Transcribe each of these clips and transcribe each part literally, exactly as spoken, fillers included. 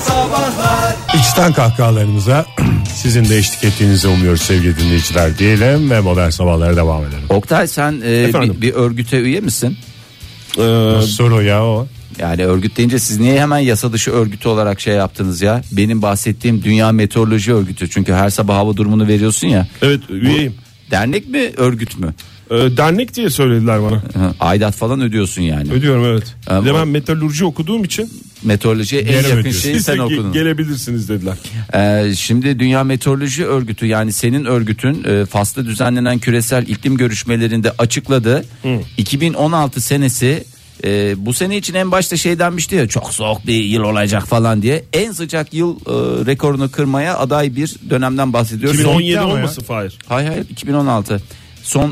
Sabahlar. İçten kahkahalarımıza sizin de eşlik ettiğinizi umuyoruz sevgili dinleyiciler diyelim ve Modern Sabahlara devam edelim. Oktay sen e, bir, bir örgüte üye misin? Ee, Nasıl soru ya o? Yani örgüt deyince siz niye hemen yasa dışı örgütü olarak şey yaptınız ya? Benim bahsettiğim Dünya Meteoroloji Örgütü. Çünkü her sabah hava durumunu veriyorsun ya. Evet, üyeyim. Bu dernek mi, örgüt mü? Ee, dernek diye söylediler bana. Hı, aidat falan ödüyorsun yani. Ödüyorum, evet. Ama Bir de ben meteoroloji okuduğum için meteorolojiye en yakın şeyi siz sen de okudun. gelebilirsiniz dediler. Ee, şimdi Dünya Meteoroloji Örgütü, yani senin örgütün e, Fas'ta düzenlenen küresel iklim görüşmelerinde açıkladı. Hı. iki bin on altı senesi e, bu sene için en başta şey denmişti ya, çok soğuk bir yıl olacak falan diye. En sıcak yıl e, rekorunu kırmaya aday bir dönemden bahsediyoruz. iki bin on yedi olmasın Fahir? Hayır hayır, iki bin on altı. Son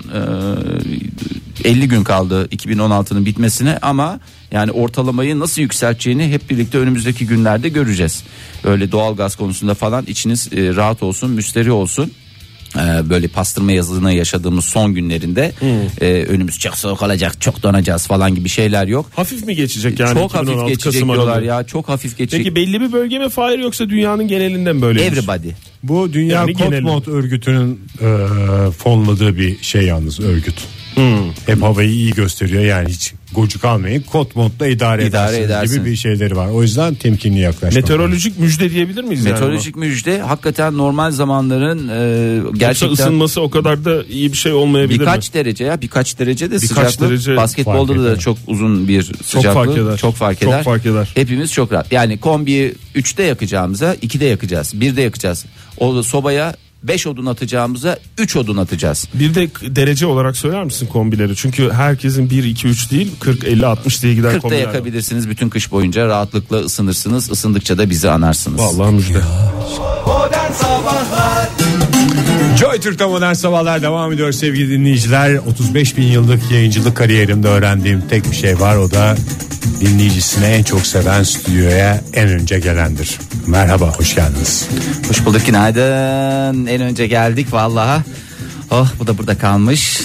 e, elli gün kaldı iki bin on altının bitmesine, ama yani ortalamayı nasıl yükselteceğini hep birlikte önümüzdeki günlerde göreceğiz. Öyle doğalgaz konusunda falan içiniz e, rahat olsun, müsterih olsun. Ee, böyle pastırma yazılığına yaşadığımız son günlerinde hmm. e, önümüz çok soğuk olacak, çok donacağız falan gibi şeyler yok. Hafif mi geçecek yani? Çok hafif geçecek Kasım diyorlar adı. Ya, çok hafif geçecek. Peki belli bir bölge mi Fahir, yoksa dünyanın genelinde mi böyle? Everybody. Bu Dünya yani Kosmos Örgütü'nün e, fonladığı bir şey yalnız, örgüt. Hmm. Hep havayı iyi gösteriyor, yani hiç gocuk almayın, kot montla idare, idare edersiniz gibi bir şeyleri var. O yüzden temkinli yaklaşmak. Meteorolojik lazım. Müjde diyebilir miyiz? Meteorolojik yani müjde hakikaten normal zamanların e, gerçekten yoksa ısınması o kadar da iyi bir şey olmayabilir birkaç mi? derece ya birkaç derece de birkaç sıcaklık derece basketbolda da çok uzun bir sıcaklık çok fark eder. Çok fark eder. Çok fark eder. Hepimiz çok rahat. Yani kombiyi üçte yakacağımıza ikide yakacağız. birde yakacağız. O sobaya beş odun atacağımıza üç odun atacağız. Bir de derece olarak söyler misin kombileri? Çünkü herkesin bir iki üç değil, kırk elli altmış diye gider kombiler. kırkta yakabilirsiniz bütün kış boyunca, rahatlıkla ısınırsınız. Isındıkça da bizi anarsınız. Vallahi müjde. Modern Sabahlar. Joy Türk'te Modern Sabahlar devam ediyor sevgili dinleyiciler. otuz beş bin yıllık yayıncılık kariyerimde öğrendiğim tek bir şey var, o da dinleyicisini en çok seven stüdyoya en önce gelendir. Merhaba, hoş geldiniz. Hoş bulduk, günaydın. En önce geldik vallahi. Oh, bu da burada kalmış.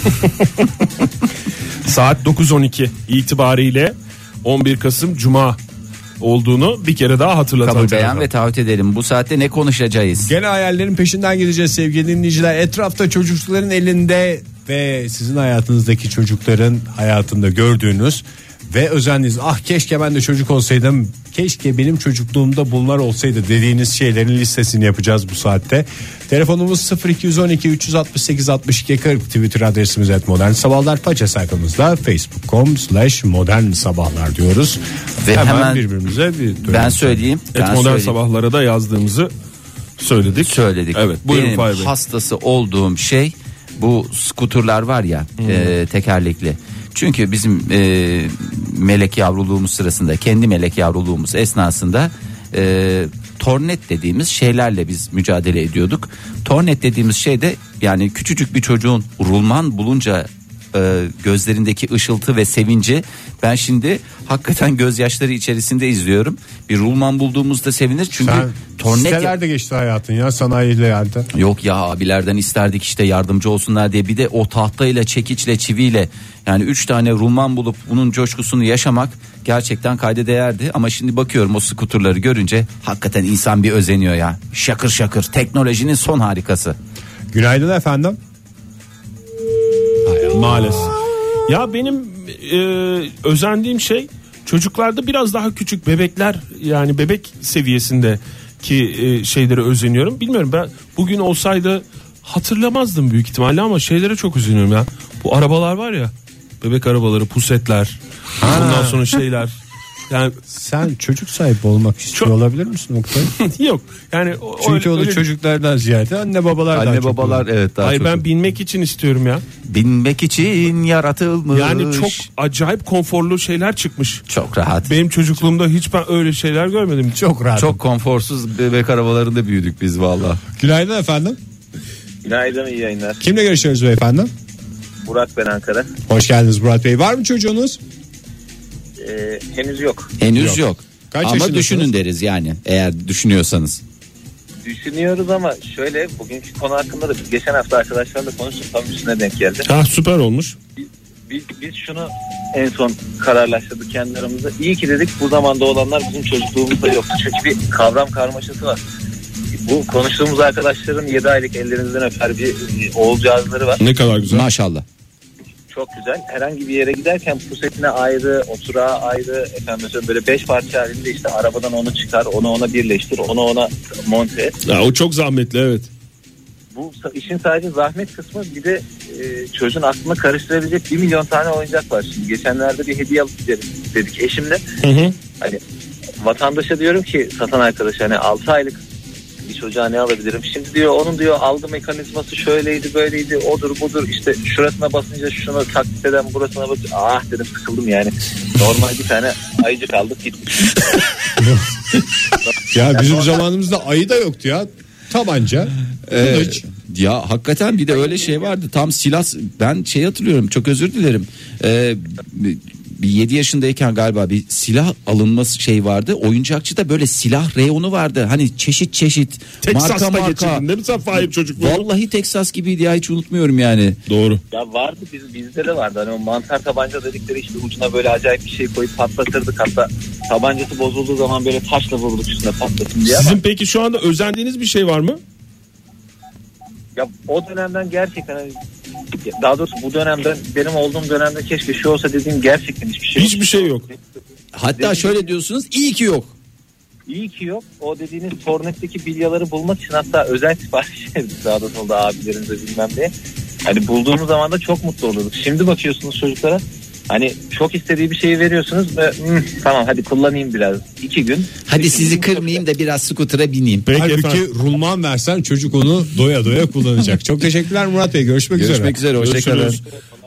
Saat dokuz on iki itibariyle on bir Kasım Cuma olduğunu bir kere daha hatırlatalım. Kabul beyan ve taahhüt edelim. Bu saatte ne konuşacağız? Gene hayallerin peşinden gideceğiz sevgili dinleyiciler. Etrafta çocukların elinde ve sizin hayatınızdaki çocukların hayatında gördüğünüz ve özendiğiniz, ah keşke ben de çocuk olsaydım, keşke benim çocukluğumda bunlar olsaydı dediğiniz şeylerin listesini yapacağız bu saatte. Telefonumuz sıfır iki on iki üç altı sekiz altmış iki kırk, Twitter adresimiz et modern sabahlar, faça sayfamızda facebook nokta com slash modern sabahlar diyoruz. Ve hemen, hemen birbirimize bir ben söyleyeyim. Et ben modern söyleyeyim. sabahlara da yazdığımızı söyledik. Söyledik. Evet, buyurun benim Fahir Bey. hastası olduğum şey bu skuterlar var ya, hmm. e, tekerlekli. Çünkü bizim e, melek yavruluğumuz sırasında, kendi melek yavruluğumuz esnasında e, tornet dediğimiz şeylerle biz mücadele ediyorduk. Tornet dediğimiz şey de yani küçücük bir çocuğun rulman bulunca e, gözlerindeki ışıltı ve sevinci, ben şimdi hakikaten gözyaşları içerisinde izliyorum. Bir rulman bulduğumuzda sevinir çünkü sen tornet sitelerde geçti hayatın ya, sanayiyle yani. Yok ya, abilerden isterdik işte yardımcı olsunlar diye. Bir de o tahtayla, çekiçle, çiviyle, yani üç tane rulman bulup bunun coşkusunu yaşamak gerçekten kayda değerdi. Ama şimdi bakıyorum o skuterları görünce hakikaten insan bir özeniyor ya. Şakır şakır, teknolojinin son harikası. Günaydın efendim. Maalesef. Ya benim e, özendiğim şey çocuklarda biraz daha küçük bebekler, yani bebek seviyesindeki e, şeylere özeniyorum. Bilmiyorum, ben bugün olsaydı hatırlamazdım büyük ihtimalle ama şeylere çok özeniyorum ya. Bu arabalar var ya, bebek arabaları, pusetler, ondan sonra şeyler. Yani sen çocuk sahibi olmak istiyor çok... olabilir misin Oktay? Yok. Yani o, çünkü öyle, o da öyle... çocuklardan ziyade anne babalar anne babalar çok evet daha Hayır, çok. ben binmek için istiyorum ya. Binmek için yaratılmış. Yani çok acayip konforlu şeyler çıkmış. Çok rahat. Benim çocukluğumda hiç ben öyle şeyler görmedim. Çok rahat. Çok konforsuz bebek arabalarında büyüdük biz valla. Günaydın efendim. Günaydın, iyi yayınlar. Kimle görüşüyoruz beyefendi? Burak, ben Ankara. Hoş geldiniz Murat Bey. Var mı çocuğunuz? Ee, henüz yok. Henüz yok. yok. Kaç ama düşünün deriz yani, eğer düşünüyorsanız. Düşünüyoruz ama şöyle, bugünkü konu hakkında da biz geçen hafta arkadaşlarla konuştuk, tam üstüne denk geldi. Ha, süper olmuş. Biz, biz, biz şunu en son kararlaştırdık kendi aramızda. İyi ki dedik bu zamanda olanlar bizim çocukluğumuzda yoktu. Çünkü bir kavram karmaşası var. Bu konuştuğumuz arkadaşların yedi aylık ellerinizden öper bir oğulcağızları var. Ne kadar güzel. Maşallah. Çok güzel. Herhangi bir yere giderken pusetine ayrı, oturağa ayrı, efendim mesela böyle beş parça halinde işte arabadan onu çıkar, onu ona birleştir, onu ona monte et. Ya, o çok zahmetli, evet. Bu işin sadece zahmet kısmı, bir de e, çocuğun aklını karıştırabilecek bir milyon tane oyuncak var. Şimdi geçenlerde bir hediye alıp gidelim dedik eşimle. Hı hı. Hani vatandaşa diyorum ki, satan arkadaş, hani altı aylık bir çocuğa ne alabilirim? Şimdi diyor onun diyor algı mekanizması şöyleydi böyleydi, odur budur, işte şurasına basınca şunu taklit eden burasına basınca, ah dedim sıkıldım yani. Normal bir tane ayıcık aldık gittik. Ya bizim zamanımızda ayı da yoktu ya. Tabanca, kılıç. Ee, ya hakikaten bir de öyle şey vardı. Tam silah, ben şey hatırlıyorum, çok özür dilerim. Ee, bir yedi yaşındayken galiba bir silah alınması şey vardı. Oyuncakçıda böyle silah reyonu vardı. Hani çeşit çeşit, Texas'ta marka marka. geçirdin değil mi sen Fahir çocukluğu? Vallahi Texas gibiydi ya, hiç unutmuyorum yani. Doğru. Ya vardı, biz, bizde de vardı. Hani o mantar tabanca dedikleri, işte ucuna böyle acayip bir şey koyup patlatırdık. Hatta tabancası bozulduğu zaman böyle taşla vurduk üstüne patlasın diye. Sizin ama peki şu anda özendiğiniz bir şey var mı? ya o dönemden gerçekten hani, daha doğrusu bu dönemden, benim olduğum dönemde keşke şu olsa dediğim gerçekten hiçbir şey yok. Hiçbir şey yok. Hatta Dediğim şöyle diyorsunuz, iyi ki yok. İyi ki yok. O dediğiniz Tornet'teki bilyaları bulmak için hatta özel sipariş verdik sağda solda abilerimize bilmem diye. Hani bulduğumuz zaman da çok mutlu olurduk. Şimdi bakıyorsunuz çocuklara, hani çok istediği bir şeyi veriyorsunuz ve tamam hadi kullanayım biraz. İki gün. Hadi iki sizi gün kırmayayım da biraz skutura bineyım. Peki Halbuki efendim. rulman versen çocuk onu doya doya kullanacak. Çok teşekkürler Murat Bey. Görüşmek, Görüşmek üzere. üzere, hoşçakalın. Görüşürüz.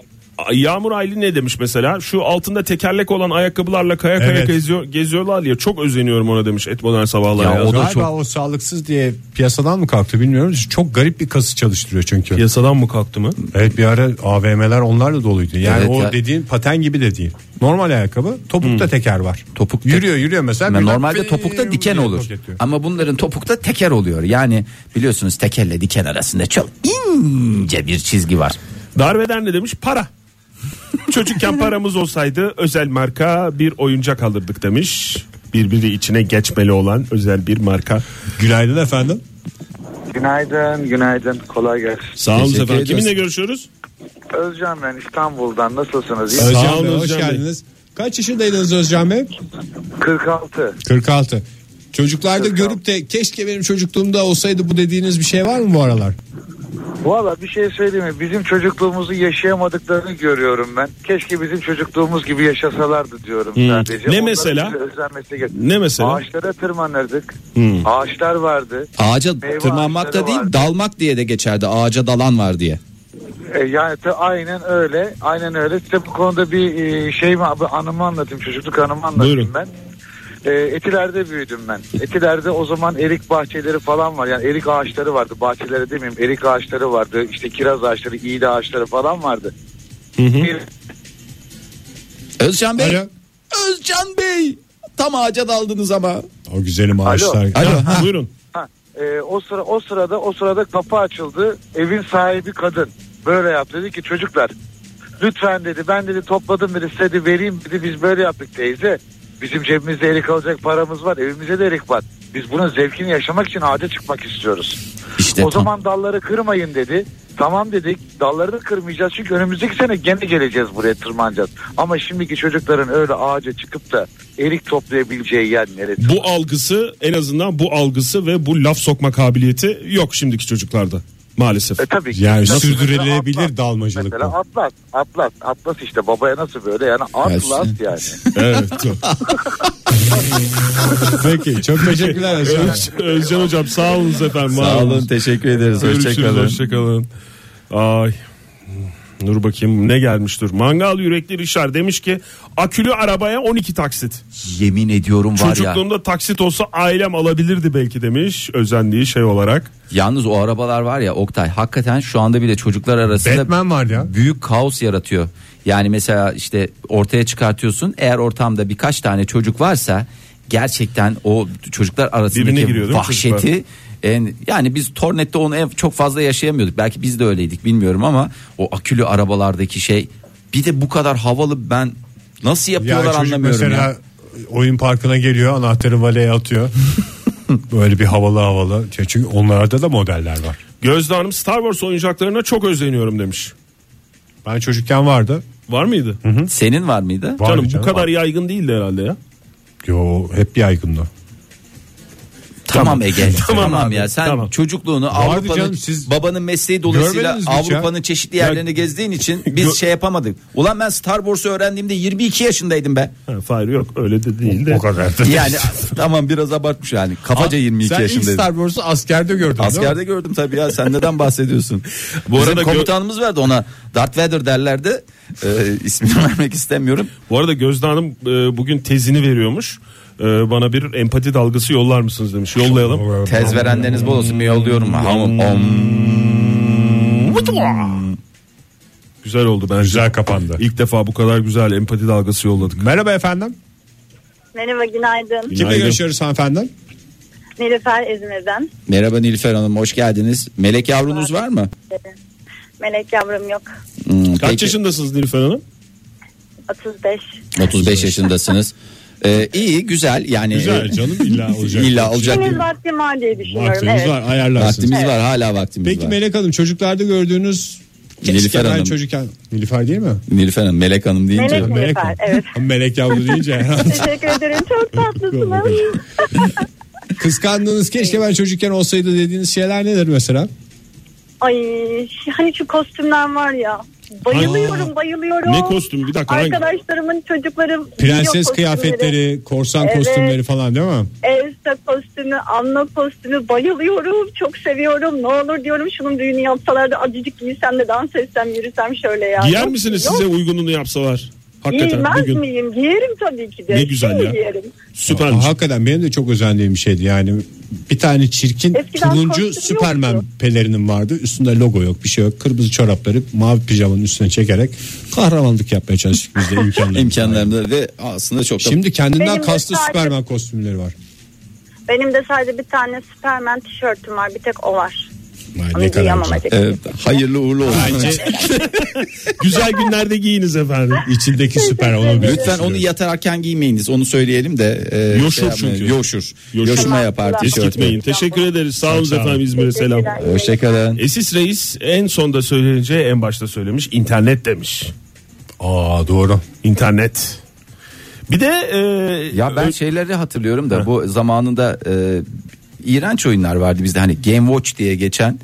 Yağmur Aylin ne demiş mesela? Şu altında tekerlek olan ayakkabılarla kaya kaya Evet. geziyor, geziyorlar ya, çok özeniyorum ona demiş Et Modern Sabahlar. Ya Ya, o da Galiba çok- o sağlıksız diye piyasadan mı kalktı bilmiyorum. Çok garip bir kası çalıştırıyor çünkü. Piyasadan mı kalktı mı? Evet, bir ara A V M'ler onlarla doluydu. Yani Evet o ya. dediğin paten gibi de değil. Normal ayakkabı, topukta teker var. Topukta- Yürüyor yürüyor mesela. Yani birden normalde fii topukta diken diye olur. paketliyor. Ama bunların topukta teker oluyor. Yani biliyorsunuz tekerle diken arasında çok ince bir çizgi var. Darveder ne demiş? Para. Çocukken paramız olsaydı özel marka bir oyuncak alırdık demiş. Birbiri içine geçmeli olan özel bir marka. Günaydın efendim. Günaydın, günaydın. Kolay gelsin. Sağ olun Teşekkür efendim. ediyoruz. Kiminle görüşüyoruz? Özcan ben İstanbul'dan. Nasılsınız? İyi. Sağ Özcan olun Bey, hoş Özcan Bey. geldiniz. Kaç yaşındaydınız Özcan Bey? kırk altı. kırk altı. Çocuklarda kırk altı. görüp de keşke benim çocukluğumda olsaydı bu dediğiniz bir şey var mı bu aralar? Valla bir şey söyleyeyim mi? Bizim çocukluğumuzu yaşayamadıklarını görüyorum ben. Keşke bizim çocukluğumuz gibi yaşasalardı diyorum sadece. Ne Onların mesela? bize özenmesi gerek. Ne mesela? Ağaçlara tırmanırdık. Hmm. Ağaçlar vardı. Ağaca Meyve tırmanmak da ağaçları değil, vardı. dalmak diye de geçerdi. Ağaca dalan var diye. E, yani te, aynen öyle. Aynen öyle. Size bu konuda bir e, şey mi, bir anımı anlatayım. Çocukluk anımı anlatayım Buyurun. ben. E, Etiler'de büyüdüm ben. Etiler'de o zaman erik bahçeleri falan var. Yani erik ağaçları vardı. Bahçeleri demeyeyim. Erik ağaçları vardı. İşte kiraz ağaçları, iğde ağaçları falan vardı. Bir, Özcan Bey. Alo. Özcan Bey. Tam ağaca daldınız ama. O güzelim ağaçlar. Alo. Ha, ha. buyurun. ha, e, o sıra o sırada o sırada kapı açıldı. Evin sahibi kadın böyle yaptı. Dedi ki çocuklar lütfen dedi, ben dedi topladım dedi, size de vereyim dedi, biz böyle yaptık teyze. Bizim cebimizde erik alacak paramız var, evimizde de erik var. Biz bunun zevkini yaşamak için ağaca çıkmak istiyoruz. İşte o tam. zaman dalları kırmayın dedi. Tamam dedik, dalları da kırmayacağız çünkü önümüzdeki sene gene geleceğiz buraya, tırmanacağız. Ama şimdiki çocukların öyle ağaca çıkıp da erik toplayabileceği yer neresi? Bu algısı, en azından bu algısı ve bu laf sokma kabiliyeti yok şimdiki çocuklarda maalesef. E, tabii ki. Yani Mesela sürdürülebilir atlas. dalmacılık Mesela bu. atlas, atlas, atlas işte babaya nasıl böyle yani atlas yani. Evet. Peki çok teşekkürler Özcan. Öz, Özcan hocam sağ olun efendim. Sağ olun, teşekkür ederiz. Görüşürüz, Hoşçakalın. hoşçakalın. Ay. Dur bakayım ne gelmiş, dur. Mangal yürekli Rişar demiş ki akülü arabaya on iki taksit. Yemin ediyorum var ya. Çocukluğumda taksit olsa ailem alabilirdi belki demiş, özendiği şey olarak. Yalnız o arabalar var ya Oktay, hakikaten şu anda bile çocuklar arasında Batman var ya. büyük kaos yaratıyor. Yani mesela işte ortaya çıkartıyorsun, eğer ortamda birkaç tane çocuk varsa gerçekten o çocuklar Birbirine arasındaki giriyor değil mi vahşeti çocuklar? en, yani biz Tornet'te onu en, çok fazla yaşayamıyorduk. Belki biz de öyleydik bilmiyorum ama o akülü arabalardaki şey, bir de bu kadar havalı, ben Nasıl yapıyorlar Ya çocuk anlamıyorum mesela ya. oyun parkına geliyor, anahtarı valeye atıyor. Böyle bir havalı havalı. Çünkü onlarda da modeller var. Gözde Hanım Star Wars oyuncaklarına çok özleniyorum demiş. Ben çocukken vardı. Var mıydı? Senin var mıydı? Vardı Canım, bu canım. kadar yaygın değildi herhalde ya. Yo, hep yaygındı. Tamam Ege. tamam, Tamam abi, ya sen tamam. çocukluğunu Vardı Avrupa'nın canım, siz babanın mesleği dolayısıyla görmediniz mi hiç ya? Avrupa'nın çeşitli yerlerini gezdiğin için biz Gö- şey yapamadık. Ulan ben Star Wars'u öğrendiğimde yirmi iki yaşındaydım be. Ha, Fahir yok öyle de değil de. O kadar. Yani tamam biraz abartmış yani. Kafaca yirmi iki Sen ilk yaşındaydım. Star Wars'u askerde gördün değil mi? Askerde gördüm tabii ya, sen neden bahsediyorsun? Bu Bu arada arada gö- komutanımız vardı, ona Darth Vader derlerdi. Ee, ismini vermek istemiyorum. Bu arada Gözde Hanım e, bugün tezini veriyormuş. E, bana bir empati dalgası yollar mısınız demiş. Yollayalım. Tez verenleriniz bol olsun, bir yolluyorum. Om, om. Güzel oldu bence. Güzel kapandı. İlk defa bu kadar güzel empati dalgası yolladık. Merhaba efendim. Merhaba, günaydın. Kimle Günaydın. görüşüyoruz hanımefendi? Nilüfer İzmir'den. Merhaba Nilüfer Hanım, hoş geldiniz. Melek yavrunuz var mı? Melek yavrum yok. Hmm, Kaç peki. yaşındasınız Nilüfer Hanım? otuz beş. otuz beş yaşındasınız. Ee, iyi güzel yani. Güzel e, canım, illa olacak. İlla olacak. Henüz vaktim var diye düşünüyorum. Vaktiniz Evet. var, ayarlarsınız. Vaktimiz var, hala vaktimiz Peki var. Melek Hanım, çocuklarda gördüğünüz Nilüfer keşke ben Hanım. çocukken Nilüfer değil mi? Nilüfer Hanım, Melek Hanım deyince. Melek Nilüfer, Hanım. evet. Melek yavru deyince. Teşekkür ederim, çok tatlısınız. Kıskandığınız keşke ben çocukken olsaydı dediğiniz şeyler nedir mesela? Ay, hani şu kostümler var ya. Bayılıyorum, Aa, bayılıyorum. ne kostümü? Bir dakika, hangi? Arkadaşlarımın çocukları giyiyor Prenses kostümleri. kıyafetleri, korsan Evet. kostümleri falan değil mi? Elsa kostümü, Anna kostümü bayılıyorum. Çok seviyorum. Ne olur diyorum şunun düğünü yapsalar da azıcık giysem de dans etsem, yürüsem şöyle ya. Giyer Yok, misiniz, yok. size uygununu yapsalar? Hakikaten Giymez bugün. miyim? Giyerim tabii ki de. Ne güzel Şimdi ya. Giyerim. Süpermiş. Aa, hakikaten benim de çok özendiğim bir şeydi yani. Bir tane çirkin Eskiden turuncu kostüm Süpermen yoktu. pelerinim vardı. Üstünde logo yok, bir şey yok. Kırmızı çorapları mavi pijamanın üstüne çekerek kahramanlık yapmaya çalıştık biz de imkanlarımız. İmkanlarında ve aslında çok da Şimdi kendinden Benim de kaslı sadece- Süpermen kostümleri var. Benim de sadece bir tane Süpermen tişörtüm var. Bir tek o var. Vay, Onu ne kadar giyemem güzel. açıkçası. Evet, hayırlı uğurlu olsun. Güzel günlerde giyiniz efendim. İçindeki süper onu bir- Lütfen onu yatarken giymeyiniz, onu söyleyelim de. E, Yoşur yapmayın. çünkü. Yoşur. Yoşur. Yoşuma yapar Tamam. tişörtü. Eskitmeyin. Teşekkür ederiz. Sağ olun Sağ olun. efendim, İzmir'e selam. Teşekkürler. Hoşçakalın. Esis Reis en sonda söyleyince en başta söylemiş. İnternet demiş. Aa, doğru. İnternet. Bir de e, Ya ben ö- şeyleri hatırlıyorum da bu zamanında e, iğrenç oyunlar vardı bizde, hani Game Watch diye geçen.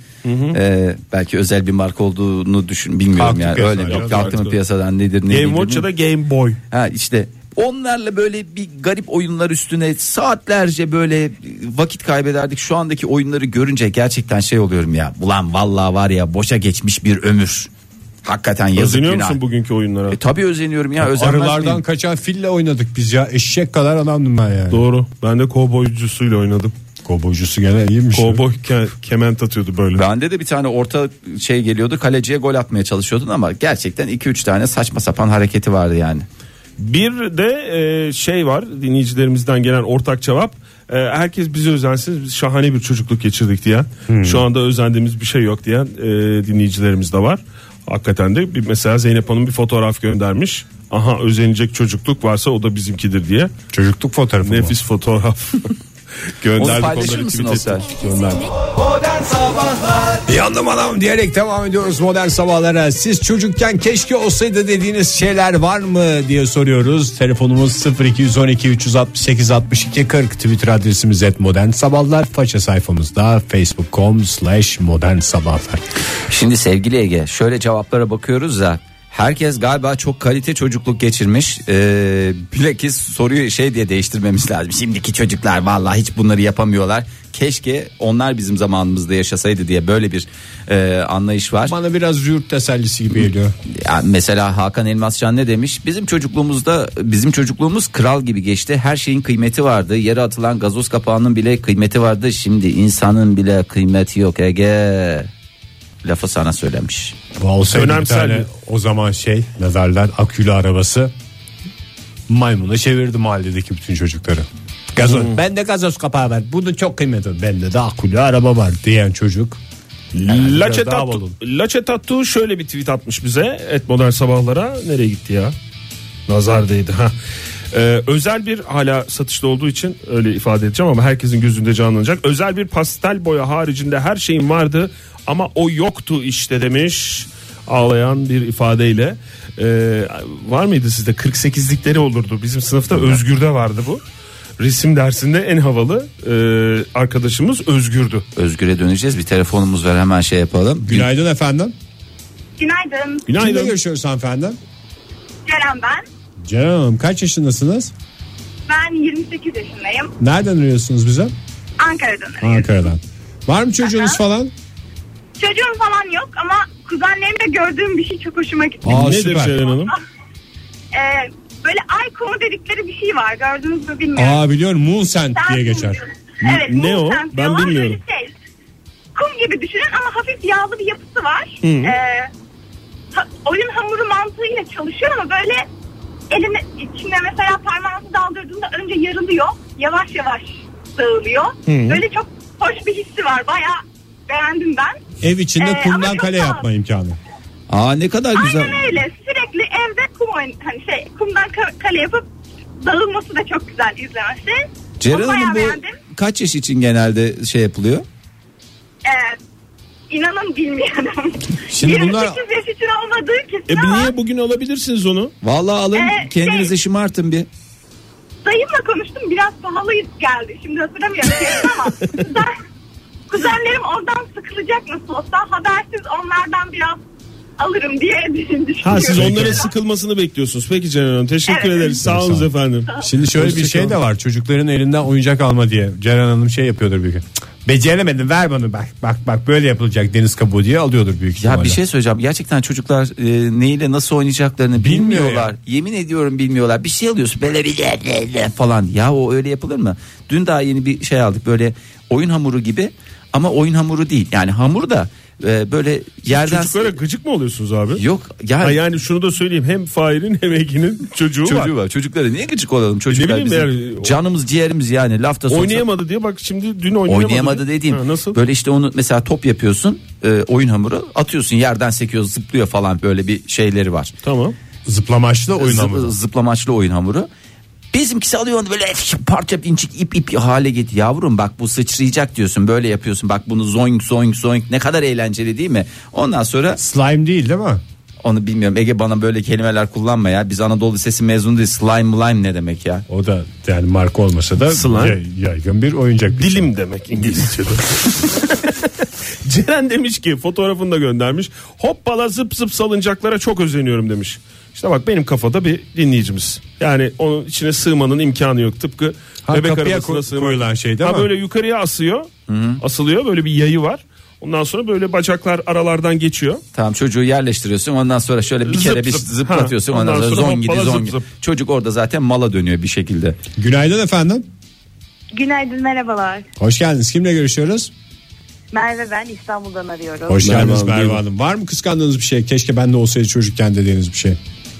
E, belki özel bir marka olduğunu düşün bilmiyorum Kalktı yani, piyasadan, öyle bir evet, kalktı mı evet. piyasadan nedir ne Game değildir Watch ya da bilmiyorum. Game Boy. Ha işte onlarla böyle bir garip oyunlar üstüne saatlerce böyle vakit kaybederdik. Şu andaki oyunları görünce gerçekten şey oluyorum ya. Ulan vallahi var ya, boşa geçmiş bir ömür. Hakikaten yazık Özeniyor günah. musun bugünkü oyunlara? E, tabii özeniyorum ya. Özenmez Arılardan miyim? kaçan fille oynadık biz ya. Eşek kadar adamdım ben yani. Doğru. Ben de kovboycusuyla oynadım. Kovboycusu gene iyiymiş. ya. Kovboy ke- kement atıyordu böyle. Bende de bir tane orta şey geliyordu, kaleciye gol atmaya çalışıyordun ama gerçekten iki üç tane saçma sapan hareketi vardı yani. Bir de e, şey var, dinleyicilerimizden gelen ortak cevap. E, herkes bize özensin, biz şahane bir çocukluk geçirdik diyen. Şu anda özendiğimiz bir şey yok diyen e, dinleyicilerimiz de var. Hakikaten de bir, mesela Zeynep Hanım bir fotoğraf göndermiş. Aha, özenecek çocukluk varsa o da bizimkidir diye. Çocukluk fotoğrafı mı? Nefis fotoğraf. Gönderdik, Onu paylaşır onları mısın tweet Oktay? ettik. Gönderdik. Modern Sabahlar Yandım anam diyerek devam ediyoruz modern sabahlara. Siz çocukken keşke olsaydı dediğiniz şeyler var mı diye soruyoruz. Telefonumuz sıfır iki on iki üç altı sekiz altmış iki kırk. Twitter adresimiz et modern sabahlar. Faça sayfamızda facebook nokta com slash modern sabahlar. Şimdi sevgili Ege, şöyle cevaplara bakıyoruz ya. Herkes galiba çok kalite çocukluk geçirmiş. Ee, bilakis soruyu şey diye değiştirmemiz lazım. Şimdiki çocuklar vallahi hiç bunları yapamıyorlar. Keşke onlar bizim zamanımızda yaşasaydı diye böyle bir e, anlayış var. Bana biraz yurt tesellisi gibi geliyor. Ya mesela Hakan Elmascan ne demiş? Bizim çocukluğumuzda bizim çocukluğumuz kral gibi geçti. Her şeyin kıymeti vardı. Yere atılan gazoz kapağının bile kıymeti vardı. Şimdi insanın bile kıymeti yok Ege. Lafı sana söylemiş. Olsaydı bir Önemsel tane bir- o zaman şey ne derler, akülü arabası maymuna çevirdi mahalledeki bütün çocukları. Gazoz. Hmm. Bende gazoz kapağı var. Bunun çok kıymeti. Bende de akülü araba var diyen çocuk. biraz daha Laçetattu, havalı. Laçetattu şöyle bir tweet atmış bize. Et modern sabahlara. Nereye gitti ya? Nazar değdi. Ha. Ee, özel bir hala satışta olduğu için öyle ifade edeceğim ama herkesin gözünde canlanacak. Özel bir pastel boya haricinde her şeyim vardı ama o yoktu işte demiş ağlayan bir ifadeyle. Ee, var mıydı sizde kırk sekizlikleri olurdu bizim sınıfta, Özgür'de vardı bu. Resim dersinde en havalı e, arkadaşımız Özgür'dü. Özgür'e döneceğiz, bir telefonumuz var, hemen şey yapalım. Günaydın efendim. Günaydın. Günaydın. Kimle görüşüyoruz hanımefendi? Ceren ben. Ceren Hanım, kaç yaşındasınız? Ben yirmi sekiz yaşındayım. Nereden arıyorsunuz bize? Ankara'dan arıyorum. Ankara'dan. Var mı çocuğunuz Aha. falan? Çocuğum falan yok ama kuzenlerimde gördüğüm bir şey çok hoşuma gitti. Aa, Nedir süper. Ceren Hanım? Ee, böyle ay kumu dedikleri bir şey var, gördünüz mü bilmiyorum. Aa, biliyorum, Moon Scent Sen diye geçer. biliyorsun. Evet, Ne Moon o? Scent Ben diyorlar. bilmiyorum. Böyle şey, kum gibi düşünün ama hafif yağlı bir yapısı var. Hı. Ee, ha, oyun hamuru mantığıyla çalışıyor ama böyle eline içine mesela parmağınızı daldırdığında önce yarılıyor, yavaş yavaş dağılıyor. Hı. Böyle çok hoş bir hissi var, bayağı beğendim ben. Ev içinde Ee, ama kumdan çok kale pahalı. yapma imkanı. Aa, ne kadar güzel. Aynen öyle, sürekli evde kum oyun, hani şey kumdan ka- kale yapıp dağılması da çok güzel izlemesi. Ceren Onu Hanım, bayağı bu beğendim. kaç yaş için genelde şey yapılıyor? Ee, inanın bilmiyorum. Şimdi yirmi sekiz bunlar- yaş için olmadığı kesin E ama niye bugün alabilirsiniz onu? Vallahi alın, Ee, kendinize şey- şımartın bir. dayımla konuştum, biraz pahalı geldi. Şimdi hatırlamıyorum fiyatını ama kuzen, kuzenlerim oradan sıkılacak nasıl olsa, habersiz onlardan biraz alırım diye düşünüyorum. Ha, siz onların sıkılmasını bekliyorsunuz. Peki Ceren Hanım, teşekkür Evet. ederiz. Sağ olun efendim. Şimdi şöyle bir Hoşça şey de kalın. var. Çocukların elinden oyuncak alma diye. Ceren Hanım şey yapıyordur büyük. Cık, beceremedim, ver bana, bak bak bak böyle yapılacak deniz kabuğu diye alıyordur büyük ihtimalle. Ya bir şey söyleyeceğim. Gerçekten çocuklar e, neyle nasıl oynayacaklarını Bilmiyor bilmiyorlar. ya. Yemin ediyorum bilmiyorlar. Bir şey alıyorsun böyle bir le, le, le falan. Ya o öyle yapılır mı? Dün daha yeni bir şey aldık, böyle oyun hamuru gibi ama oyun hamuru değil. Yani hamur da e, böyle yerden... Çocuklara gıcık mı oluyorsunuz abi? Yok ya, Ha, yani şunu da söyleyeyim, hem Fahir'in hem Ege'nin çocuğu, çocuğu var. var. Çocuklara niye gıcık olalım? Çocuklar bileyim bizim yani, canımız ciğerimiz yani, lafta soksa. Oynayamadı diye bak, şimdi dün oynayamadı. Oynayamadı diye. dediğim Ha, nasıl? böyle işte onu mesela top yapıyorsun, e, oyun hamuru atıyorsun, yerden sekiyor, zıplıyor falan, böyle bir şeyleri var. Tamam. Zıplamaçlı oyun Zıp- hamuru. Zıplamaçlı oyun hamuru. Bizimkisi alıyor onu böyle parça incik ip ip hale get. Yavrum bak bu sıçrayacak diyorsun, böyle yapıyorsun, bak bunu zoink zoink zoink, ne kadar eğlenceli değil mi? Ondan sonra Slime değil değil mi? onu bilmiyorum, Ege bana böyle kelimeler kullanma ya, biz Anadolu Lisesi mezunu değil. Slime lime ne demek ya? O da yani marka olmasa da Slime. yay- yaygın bir oyuncak. bir şey. Dilim demek İngilizce'de. Ceren demiş ki, fotoğrafını da göndermiş. Hoppala zıp zıp salıncaklara çok özeniyorum demiş. İşte bak, benim kafada bir dinleyicimiz. Yani onun içine sığmanın imkanı yok. Tıpkı Ha, bebek kapıya arabasına koy- sığmak. koyulan şey değil ha, mi? böyle yukarıya asıyor. Asılıyor, böyle bir yayı var. Ondan sonra böyle bacaklar aralardan geçiyor. Tamam, çocuğu yerleştiriyorsun, ondan sonra şöyle bir Zıp kere bir zıp. zıplatıyorsun, Ha, ondan, ondan sonra sonra zon gidi hoppala zon zıp gidi. zıp. Çocuk orada zaten mala dönüyor bir şekilde. Günaydın efendim. Günaydın, merhabalar. Hoş geldiniz. Kimle görüşüyoruz? Merve, ben İstanbul'dan arıyorum. Hoş Merhaba geldiniz Hanım, Merve buyurun. Hanım. Var mı kıskandığınız bir şey? Keşke ben de olsaydı çocukken dediğiniz bir şey.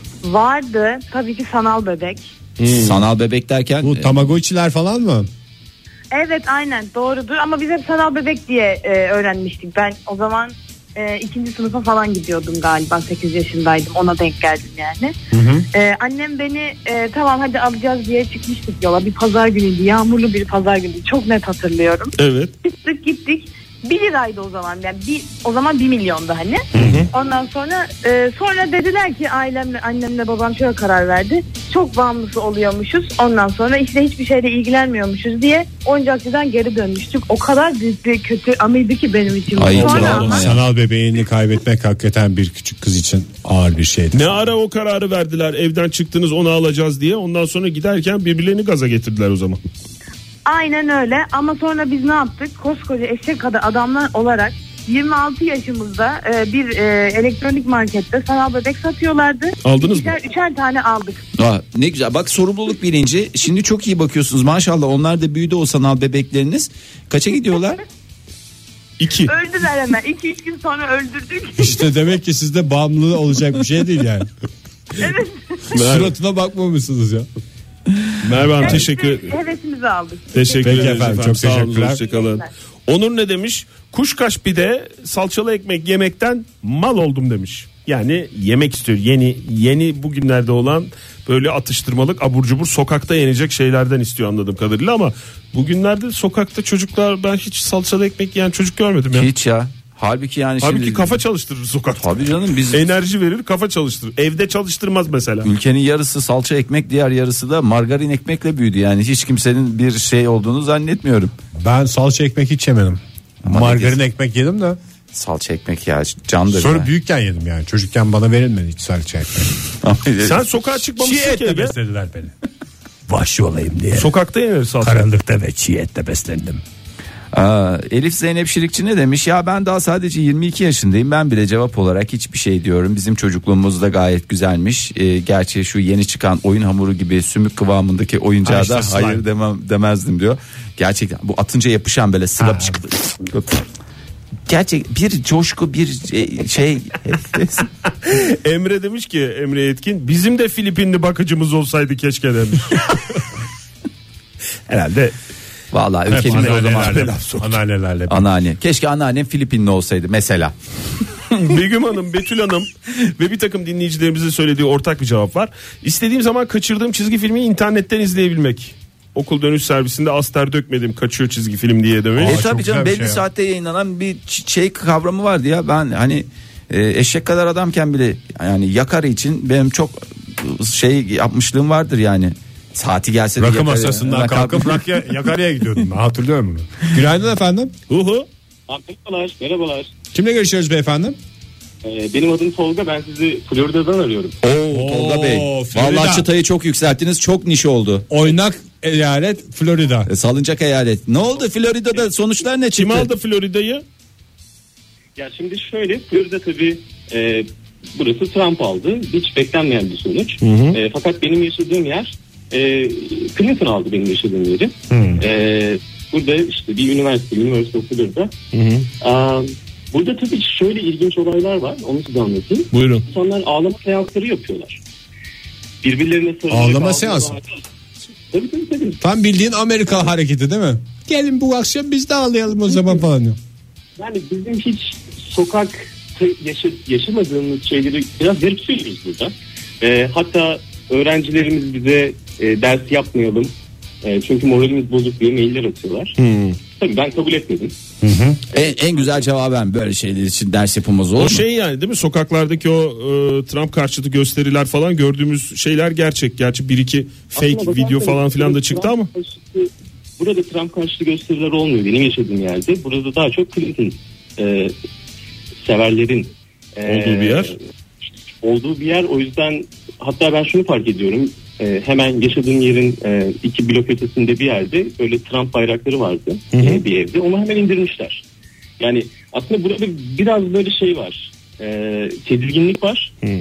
Vardı tabii ki sanal bebek. Sanal bebek derken Bu e, tamagotchi'ler falan mı? Evet, aynen doğrudur ama biz hep sanal bebek diye e, öğrenmiştik. Ben o zaman e, ikinci sınıfa falan gidiyordum galiba, sekiz yaşındaydım, ona denk geldim yani. E, annem beni e, tamam hadi alacağız diye çıkmıştık yola, bir pazar günüydü, yağmurlu bir pazar günüydü, çok net hatırlıyorum. Evet. Çıktık gittik. bir liraydı o zaman, yani bir, o zaman bir milyondu hani. Ondan sonra e, sonra dediler ki ailemle, annemle babam şöyle karar verdi. Çok bağımlısı oluyormuşuz. Ondan sonra işte hiçbir şeyle ilgilenmiyormuşuz diye oyuncakçıdan geri dönmüştük. O kadar büyük bir kötü anıydı ki benim için. Ay, Sonra bravo. ama Ya. Sanal bebeğini kaybetmek hakikaten bir küçük kız için ağır bir şeydi. Ne ara o kararı verdiler, evden çıktınız onu alacağız diye. Ondan sonra giderken birbirlerini gaza getirdiler o zaman. aynen öyle ama sonra biz ne yaptık? Koskoca eşek kadar adamlar olarak yirmi altı yaşımızda e, bir e, elektronik markette sanal bebek satıyorlardı. Aldınız mı? İkişer, üçer tane aldık. Aa, ne güzel, bak sorumluluk bilinci. Şimdi çok iyi bakıyorsunuz maşallah, onlar da büyüdü o sanal bebekleriniz. Kaça gidiyorlar? İki. Öldüler hemen. iki üç gün sonra öldürdük. İşte demek ki sizde bağımlılığı olacak bir şey değil yani. Evet. Suratına bakmamışsınız ya. Merve Hanım, Evet, teşekkür hevesimizi aldık. Teşekkür Peki ederiz efendim, efendim. çok Sağ olun, teşekkürler. hoşçakalın. Onur ne demiş? Kuşkaş pide salçalı ekmek yemekten mal oldum demiş. Yani yemek istiyor. Yeni yeni bugünlerde olan böyle atıştırmalık abur cubur sokakta yenecek şeylerden istiyor anladığım kadarıyla ama bugünlerde sokakta çocuklar ben hiç salçalı ekmek yiyen çocuk görmedim ya. Hiç ya. Halbuki yani Halbuki şimdi kafa çalıştırır sokakta. Tabii canım biz enerji verir, kafa çalıştırır. Evde çalıştırmaz mesela. Ülkenin yarısı salça ekmek, diğer yarısı da margarin ekmekle büyüdü. Yani hiç kimsenin bir şey olduğunu zannetmiyorum. Ben salça ekmek hiç yemedim. Ama Margarin ne ekmek yedim de. Salça ekmek ya candır. Sonra ya. büyükken yedim yani. Çocukken bana verilmedi hiç salça ekmek. Sen sokağa Çiğ çıkmamışsın ki etle eve. beslediler beni. Vahşi olayım diye. Sokakta yenir salça. Karanlıkta ve çiğ etle beslendim. Aa, Elif Zeynep Şirikçi ne demiş? Ya ben daha sadece yirmi iki yaşındayım. Ben bile cevap olarak hiçbir şey diyorum. Bizim çocukluğumuz da gayet güzelmiş. Ee, gerçi şu yeni çıkan oyun hamuru gibi sümük kıvamındaki oyuncağa Ha işte da slime. hayır demem, demezdim diyor. Gerçekten bu atınca yapışan böyle sıvap çıktı. Gerçek bir coşku, bir şey. Emre demiş ki, Emre Yetkin, bizim de Filipinli bakıcımız olsaydı keşke demiş. Herhalde Vallahi ülkemizde o zaman Anneannelerle, anneannelerle. anneanne. Keşke anneannem Filipinli olsaydı mesela. Begüm Hanım, Betül Hanım ve bir takım dinleyicilerimizin söylediği ortak bir cevap var. İstediğim zaman kaçırdığım çizgi filmi internetten izleyebilmek. Okul dönüş servisinde astar dökmedim, kaçıyor çizgi film diye demek. E çok tabii canım, güzel bir belli şey ya. saatte yayınlanan bir ç- şey kavramı vardı ya. Ben hani e, eşek kadar adamken bile yani yakarı için benim çok şey yapmışlığım vardır yani. Saati gelse de Rakı yakarı- masasından kalkıp rakıya, yakarıya gidiyordum ben, hatırlıyorum bunu. Günaydın efendim. Uhu. Merhabalar, merhabalar. Kimle görüşüyoruz beyefendi? Ee, benim adım Tolga, ben sizi Florida'dan arıyorum. Oo, Tolga Bey. Florida. Vallahi çıtayı çok yükselttiniz. Çok niş oldu. Oynak eyalet Florida. E, salıncak eyalet. Ne oldu Florida'da, sonuçlar ne çıktı? Kim aldı Florida'yı? Ya şimdi şöyle, Florida tabii e, burası Trump aldı. Hiç beklenmeyen bir sonuç. E, fakat benim yaşadığım yer e, Clinton aldı benim yaşadığım yeri. E, burada işte bir üniversite, University of Florida. Aa, burada tabii şöyle ilginç olaylar var. Onu size anlatayım. Buyurun. İnsanlar ağlama seansları yapıyorlar. Birbirlerine sarılacak Ağlama ağlıyorlar. seansı. Tabii tabii tabii. Tam bildiğin Amerika hareketi değil mi? Gelin bu akşam biz de ağlayalım o zaman falan diyor. Yani bizim hiç sokakta yaşa, yaşamadığımız şeyleri biraz garipsiyoruz burada. Ee, hatta öğrencilerimiz bize e, ders yapmayalım. E, çünkü moralimiz bozuk diye mailler atıyorlar. Hmm. Tabii ben kabul etmedim. En, en güzel cevabım böyle şeyler için ders yapılmaz olur O mu? şey yani değil mi, sokaklardaki o e, Trump karşıtı gösteriler falan, gördüğümüz şeyler gerçek. Gerçi bir iki fake Aslına video bakarsanız falan filan da burada çıktı Trump ama. karşıtı- Burada Trump karşıtı gösteriler olmuyor benim yaşadığım yerde. Burada daha çok Clinton e, severlerin e, Olduğu bir yer. Olduğu bir yer. O yüzden hatta ben şunu fark ediyorum. E, hemen yaşadığım yerin e, iki blok ötesinde bir yerde böyle Trump bayrakları vardı e, bir evde. Onu hemen indirmişler. Yani aslında burada biraz böyle şey var. E, tedirginlik var. E,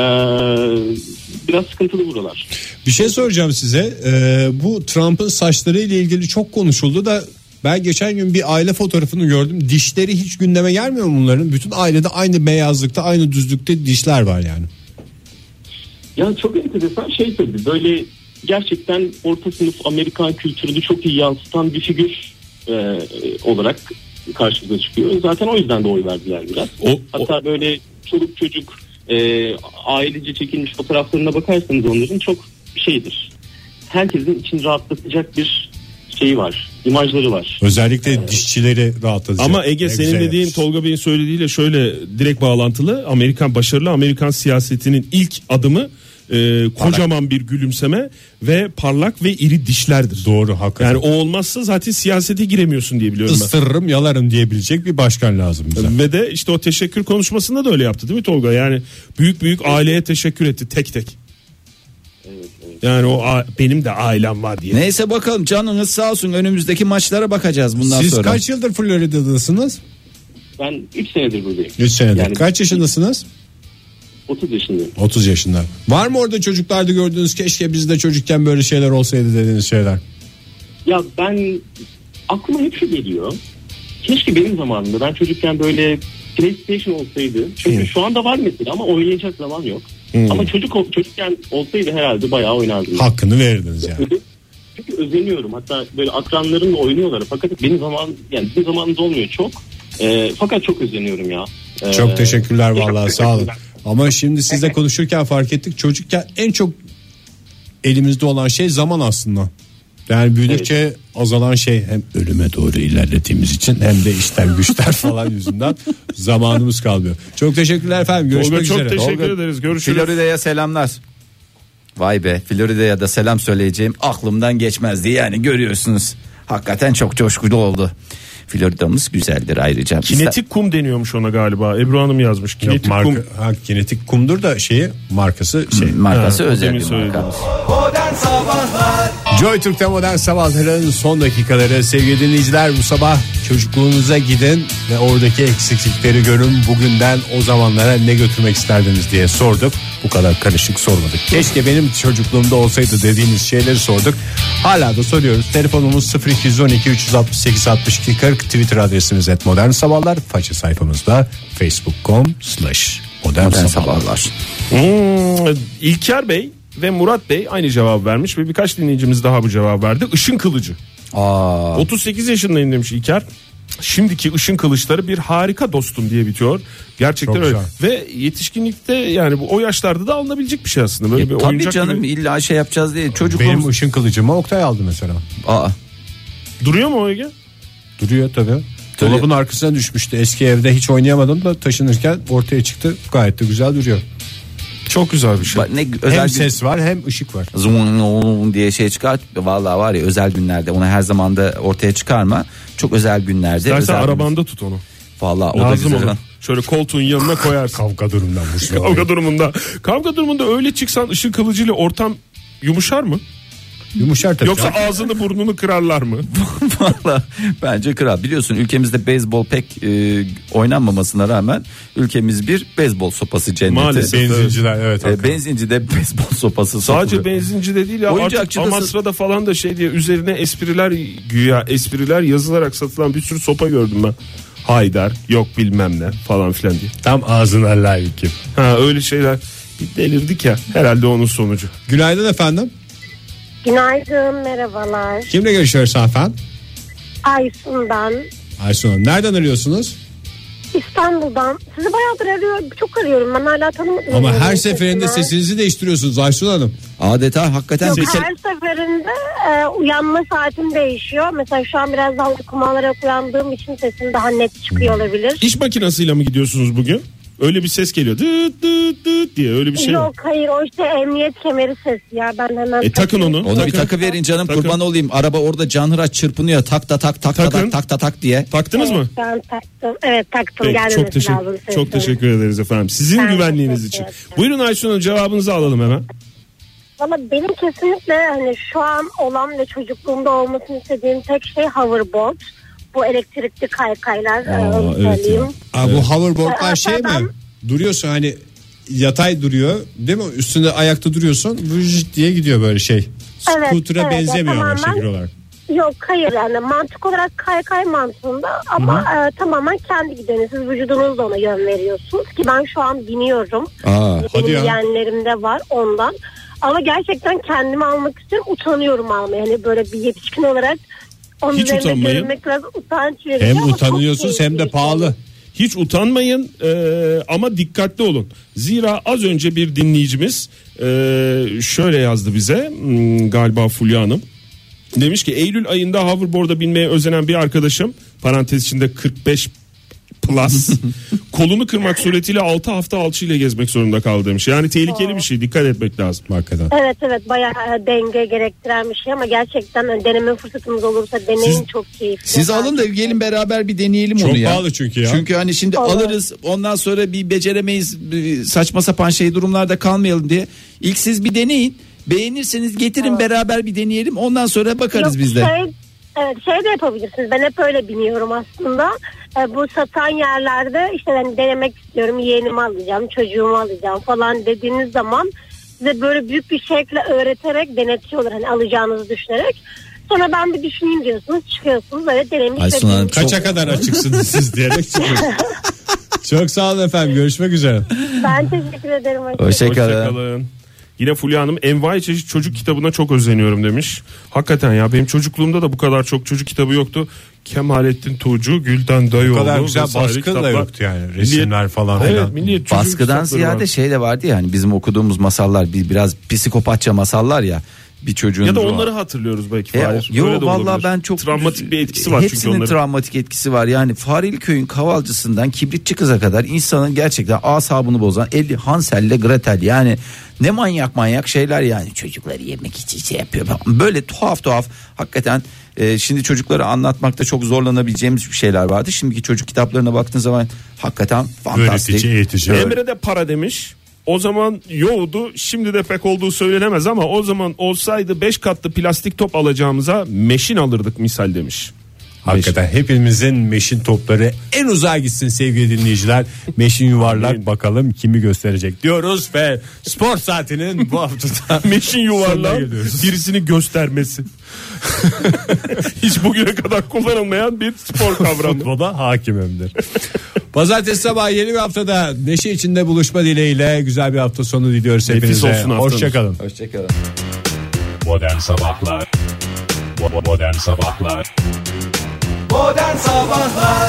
biraz sıkıntılı buralar. Bir şey soracağım size. Ee, bu Trump'ın saçları ile ilgili çok konuşuldu da ben geçen gün bir aile fotoğrafını gördüm. Dişleri hiç gündeme gelmiyor mu bunların? Bütün ailede aynı beyazlıkta, aynı düzlükte dişler var yani. Ya çok enteresan şey tabii, böyle gerçekten orta sınıf Amerikan kültürünü çok iyi yansıtan bir figür e, olarak karşımıza çıkıyor. Zaten o yüzden de oy verdiler biraz. O, o, Hatta böyle çoluk çocuk e, ailece çekilmiş fotoğraflarına bakarsanız onların çok şeydir. Herkesin için rahatlatacak bir şeyi var, imajları var. Özellikle dişçileri rahatlatıcı. ama Ege, Ne senin güzel dediğin yapmış. Tolga Bey'in söylediğiyle şöyle direkt bağlantılı. Amerikan başarılı Amerikan siyasetinin ilk adımı e, kocaman bir gülümseme ve parlak ve iri dişlerdir. Doğru, hakikaten. Yani o olmazsa zaten siyasete giremiyorsun diye biliyorum ben. Isırırım yalarım diyebilecek bir başkan lazım bize. Ve de işte o teşekkür konuşmasında da öyle yaptı değil mi Tolga? Yani büyük büyük aileye teşekkür etti tek tek. Yani o a- benim de ailem var diye. Neyse bakalım, canınız sağ olsun, önümüzdeki maçlara bakacağız bundan Siz sonra. kaç yıldır Florida'dasınız? Ben üç senedir buradayım. üç senedir. Yani- Kaç yaşındasınız? otuz yaşındayım. otuz yaşında. Var mı orada çocuklarda gördüğünüz, keşke bizde çocukken böyle şeyler olsaydı dediğiniz şeyler? Ya ben, aklıma hep şu geliyor. Keşke benim zamanımda, ben çocukken böyle PlayStation olsaydı. Çünkü Hmm. şu anda var mesela ama oynayacak zaman yok. Hmm. Ama çocuk çocukken olsaydı herhalde bayağı oynardım. Hakkını verirdiniz yani. Çünkü özeniyorum. Hatta böyle akranlarımla oynuyorlar. Fakat benim zaman, yani bizim zamanımız olmuyor çok. Ee, fakat çok özeniyorum ya. Ee, Çok teşekkürler vallahi, sağ olun. Ama şimdi sizle konuşurken fark ettik, çocukken en çok elimizde olan şey zaman aslında. Yani büyüdükçe evet. azalan şey, hem ölüme doğru ilerlediğimiz için hem de işler güçler falan yüzünden zamanımız kalmıyor. Çok teşekkürler efendim. Görüşmek Tolga, üzere. çok teşekkür Tolga, ederiz. Görüşürüz. Florida'ya selamlar. Vay be, Florida'ya da selam söyleyeceğim aklımdan geçmezdi, yani görüyorsunuz. Hakikaten çok coşkulu oldu. Florida'mız güzeldir ayrıca. Kinetik kum deniyormuş ona galiba. Ebru Hanım yazmış. Kinetik Yok, marka, kum. Ha, kinetik kumdur da şeyi markası şey. Markası Ha, özel bir marka. Modern Sabahlar. Joy Türk'te Modern Sabahların son dakikaları. Sevgili dinleyiciler, bu sabah çocukluğunuza gidin ve oradaki eksiklikleri görün. Bugünden o zamanlara ne götürmek isterdiniz diye sorduk. Bu kadar karışık sormadık. Keşke benim çocukluğumda olsaydı dediğiniz şeyleri sorduk. Hala da soruyoruz. Telefonumuz sıfır iki on iki üç altı sekiz altmış iki kırk. Twitter adresimiz et Modern Sabahlar. Faça sayfamızda facebook nokta com slash Modern Sabahlar. Hmm, İlker Bey ve Murat Bey aynı cevap vermiş ve birkaç dinleyicimiz daha bu cevap verdi. Işın kılıcı. Aa. otuz sekiz yaşındayım demiş İlker. Şimdiki ışın kılıçları bir harika dostum diye bitiyor. Gerçekten Çok öyle. güzel. Ve yetişkinlikte, yani bu o yaşlarda da alınabilecek bir şey aslında. Böyle E, bir tabii oyuncak canım, gibi. illa şey yapacağız diye. Çocukluğumuz... Benim ışın kılıcımı Oktay aldı mesela. Aa. Duruyor mu o Ege? Duruyor tabii. Tabii. Dolabın arkasına düşmüştü. Eski evde hiç oynayamadım da taşınırken ortaya çıktı. Gayet de güzel duruyor. Çok güzel bir şey. Bak, ne özel Hem bir... ses var hem ışık var. Zoom diye şey çıkar. Vallahi var ya, özel günlerde onu her zaman da ortaya çıkarma. Çok özel günlerde. İstersen özel arabanda tut onu. Vallahi o da Lazım güzel. onu. Şöyle koltuğun yanına koyarsın. Kavga durumundan vursun. Kavga durumunda. Kavga durumunda öyle çıksan ışın kılıcıyla ortam yumuşar mı? Yumuşar tabii. Yoksa ağzını burnunu kırarlar mı? Vallahi bence kral. Biliyorsun ülkemizde beyzbol pek e, oynanmamasına rağmen ülkemiz bir beyzbol sopası cenneti. Maalesef. Benzinciler evet. E, benzincide beyzbol sopası. Sadece satılıyor. benzinci de değil ya, artık Oyuncakçı da Amasra'da falan da şey diye üzerine espriler, güya espriler yazılarak satılan bir sürü sopa gördüm ben. Haydar yok bilmem ne falan filan diye. Tam ağzına layık gibi. Ha, öyle şeyler, bir delirdik ya, herhalde onun sonucu. Günaydın efendim. Günaydın, merhabalar. Kimle görüşüyoruz efendim? Aysun ben. Aysun Hanım. Nereden arıyorsunuz? İstanbul'dan. Sizi bayağıdır arıyorum. Çok arıyorum. Ben hala tanımadım. Ama her Sesini. seferinde sesinizi değiştiriyorsunuz Aysun Hanım. Adeta hakikaten Yok, bir her seferinde e, uyanma saatim değişiyor. Mesela şu an biraz daha uykum alarak uyandığım için sesim daha net çıkıyor olabilir. İş makinasıyla mı gidiyorsunuz bugün? Öyle bir ses geliyor. Dıt dıt dıt diye, öyle bir şey Yok mi? hayır, o işte emniyet kemeri sesi ya. Ben hemen E takın onu. Onu takın. bir takı verin canım, Takın. kurban olayım. Araba orada canhıraç çırpınıyor. Tak da tak tak da Takın. tak tak da tak diye. Taktınız mı? Ben taktım. Evet taktım. Peki, Gelmesi çok teşekkür, lazım sesin. çok teşekkür ederiz efendim. Sizin Ben güvenliğiniz teşekkür için. ederim. Buyurun Aysun Hanım, cevabınızı alalım hemen. Valla benim kesinlikle hani şu an olan ve çocukluğumda olmasını istediğim tek şey hoverboard. Bu elektrikli kaykaylar. Aa, onu evet söyleyeyim. ya. Abi bu hoverboardlar Hatta şey mi? ben- Duruyorsun hani yatay duruyor değil mi? Üstünde ayakta duruyorsun. Vıcık diye gidiyor böyle şey. Evet, Scooter'a evet, benzemiyor ama tamamen- şekil olarak. Yok hayır, yani mantık olarak kaykay mantığında ama e, tamamen kendi gidiyorsunuz. Siz vücudunuzla ona yön veriyorsunuz ki ben şu an biniyorum. Aa, hadi Benim ya. yeğenlerimde var ondan. Ama gerçekten kendimi almak istiyorum. Utanıyorum almaya. Yani böyle bir yetişkin olarak onun Hiç üzerinde utanmayın. görünmek biraz utanç verici Hem ama çok utanıyorsunuz hem de keyifli. pahalı. Hiç utanmayın e, ama dikkatli olun. Zira az önce bir dinleyicimiz e, şöyle yazdı bize, hmm, galiba Fulya Hanım. Demiş ki Eylül ayında hoverboard'a binmeye özenen bir arkadaşım, parantez içinde kırk beş plus, kolunu kırmak suretiyle altı hafta alçıyla gezmek zorunda kaldı demiş. Yani tehlikeli bir şey, dikkat etmek lazım. Hakikaten. Evet evet, bayağı e, denge gerektiren bir şey ama gerçekten hani deneme fırsatımız olursa deneyin, Siz- çok keyifli. Siz alın da gelin beraber bir deneyelim Çok onu ya. pahalı çünkü ya. Çünkü hani şimdi Olur. alırız, ondan sonra bir beceremeyiz, bir saçma sapan şey durumlarda kalmayalım diye. İlk siz bir deneyin. Beğenirseniz getirin, beraber bir deneyelim. Ondan sonra bakarız Yok, biz de. Şey, evet, şey de yapabilirsiniz. Ben hep öyle biniyorum aslında. E, bu satan yerlerde işte ben denemek istiyorum, yeğenimi alacağım, çocuğumu alacağım falan dediğiniz zaman size böyle büyük bir şekilde öğreterek denetiyorlar. Hani alacağınızı düşünerek. Sonra ben bir düşüneyim diyorsunuz, çıkıyorsunuz, öyle denemiş. Aysun ve Hanım, bin- Kaça kadar açıksınız siz diyerek çıkıyorsunuz. Çok sağ olun efendim. Görüşmek üzere. Ben teşekkür ederim. Hoşçakalın. Hoşçakalın. Yine Fulya Hanım envai çeşit çocuk kitabına çok özeniyorum demiş. Hakikaten ya benim çocukluğumda da bu kadar çok çocuk kitabı yoktu. Kemalettin Tuğcu, Gülden Dayıoğlu. Bu kadar güzel vesaire baskı kitaplar. da yoktu yani. Resimler falan Evet, filan. Milliyet çocuk Baskıdan kitapları ziyade var. şey de vardı ya hani bizim okuduğumuz masallar bir biraz psikopatça masallar ya. Bir çocuğun Ya da onları hatırlıyoruz belki. E, Fahir. yo Öyle de vallahi olabilir. ben çok travmatik bir etkisi var çünkü hepsinin onların. travmatik etkisi var. Yani Fareli Köy'ün kavalcısından Kibritçi Kız'a kadar insanın gerçekten asabını bozan Eli Hansel'le Gretel yani ne manyak manyak şeyler yani çocukları yemek için şey yapıyor. Böyle tuhaf tuhaf hakikaten e, şimdi çocukları anlatmakta çok zorlanabileceğimiz bir şeyler vardı. Şimdiki çocuk kitaplarına baktığın zaman hakikaten fantastik. Öğretici, eğitici. Emre de para demiş. O zaman yoğdu, şimdi de pek olduğu söylenemez ama o zaman olsaydı beş katlı plastik top alacağımıza meşin alırdık misal demiş. Hakikaten hepimizin meşin topları en uzağa gitsin sevgili dinleyiciler. Meşin yuvarlak bakalım kimi gösterecek diyoruz ve spor saatinin bu haftada Meşin yuvarlağı sonuna geliyoruz. birisini göstermesi. Hiç bugüne kadar kullanılmayan bir spor kavramı. Futbola hakimimdir. Pazartesi sabahı yeni bir haftada neşe içinde buluşma dileğiyle güzel bir hafta sonu diliyoruz Nefis hepinize. olsun haftanız. Hoşçakalın. Hoşçakalın. Modern Sabahlar Modern Sabahlar Modern Sabahlar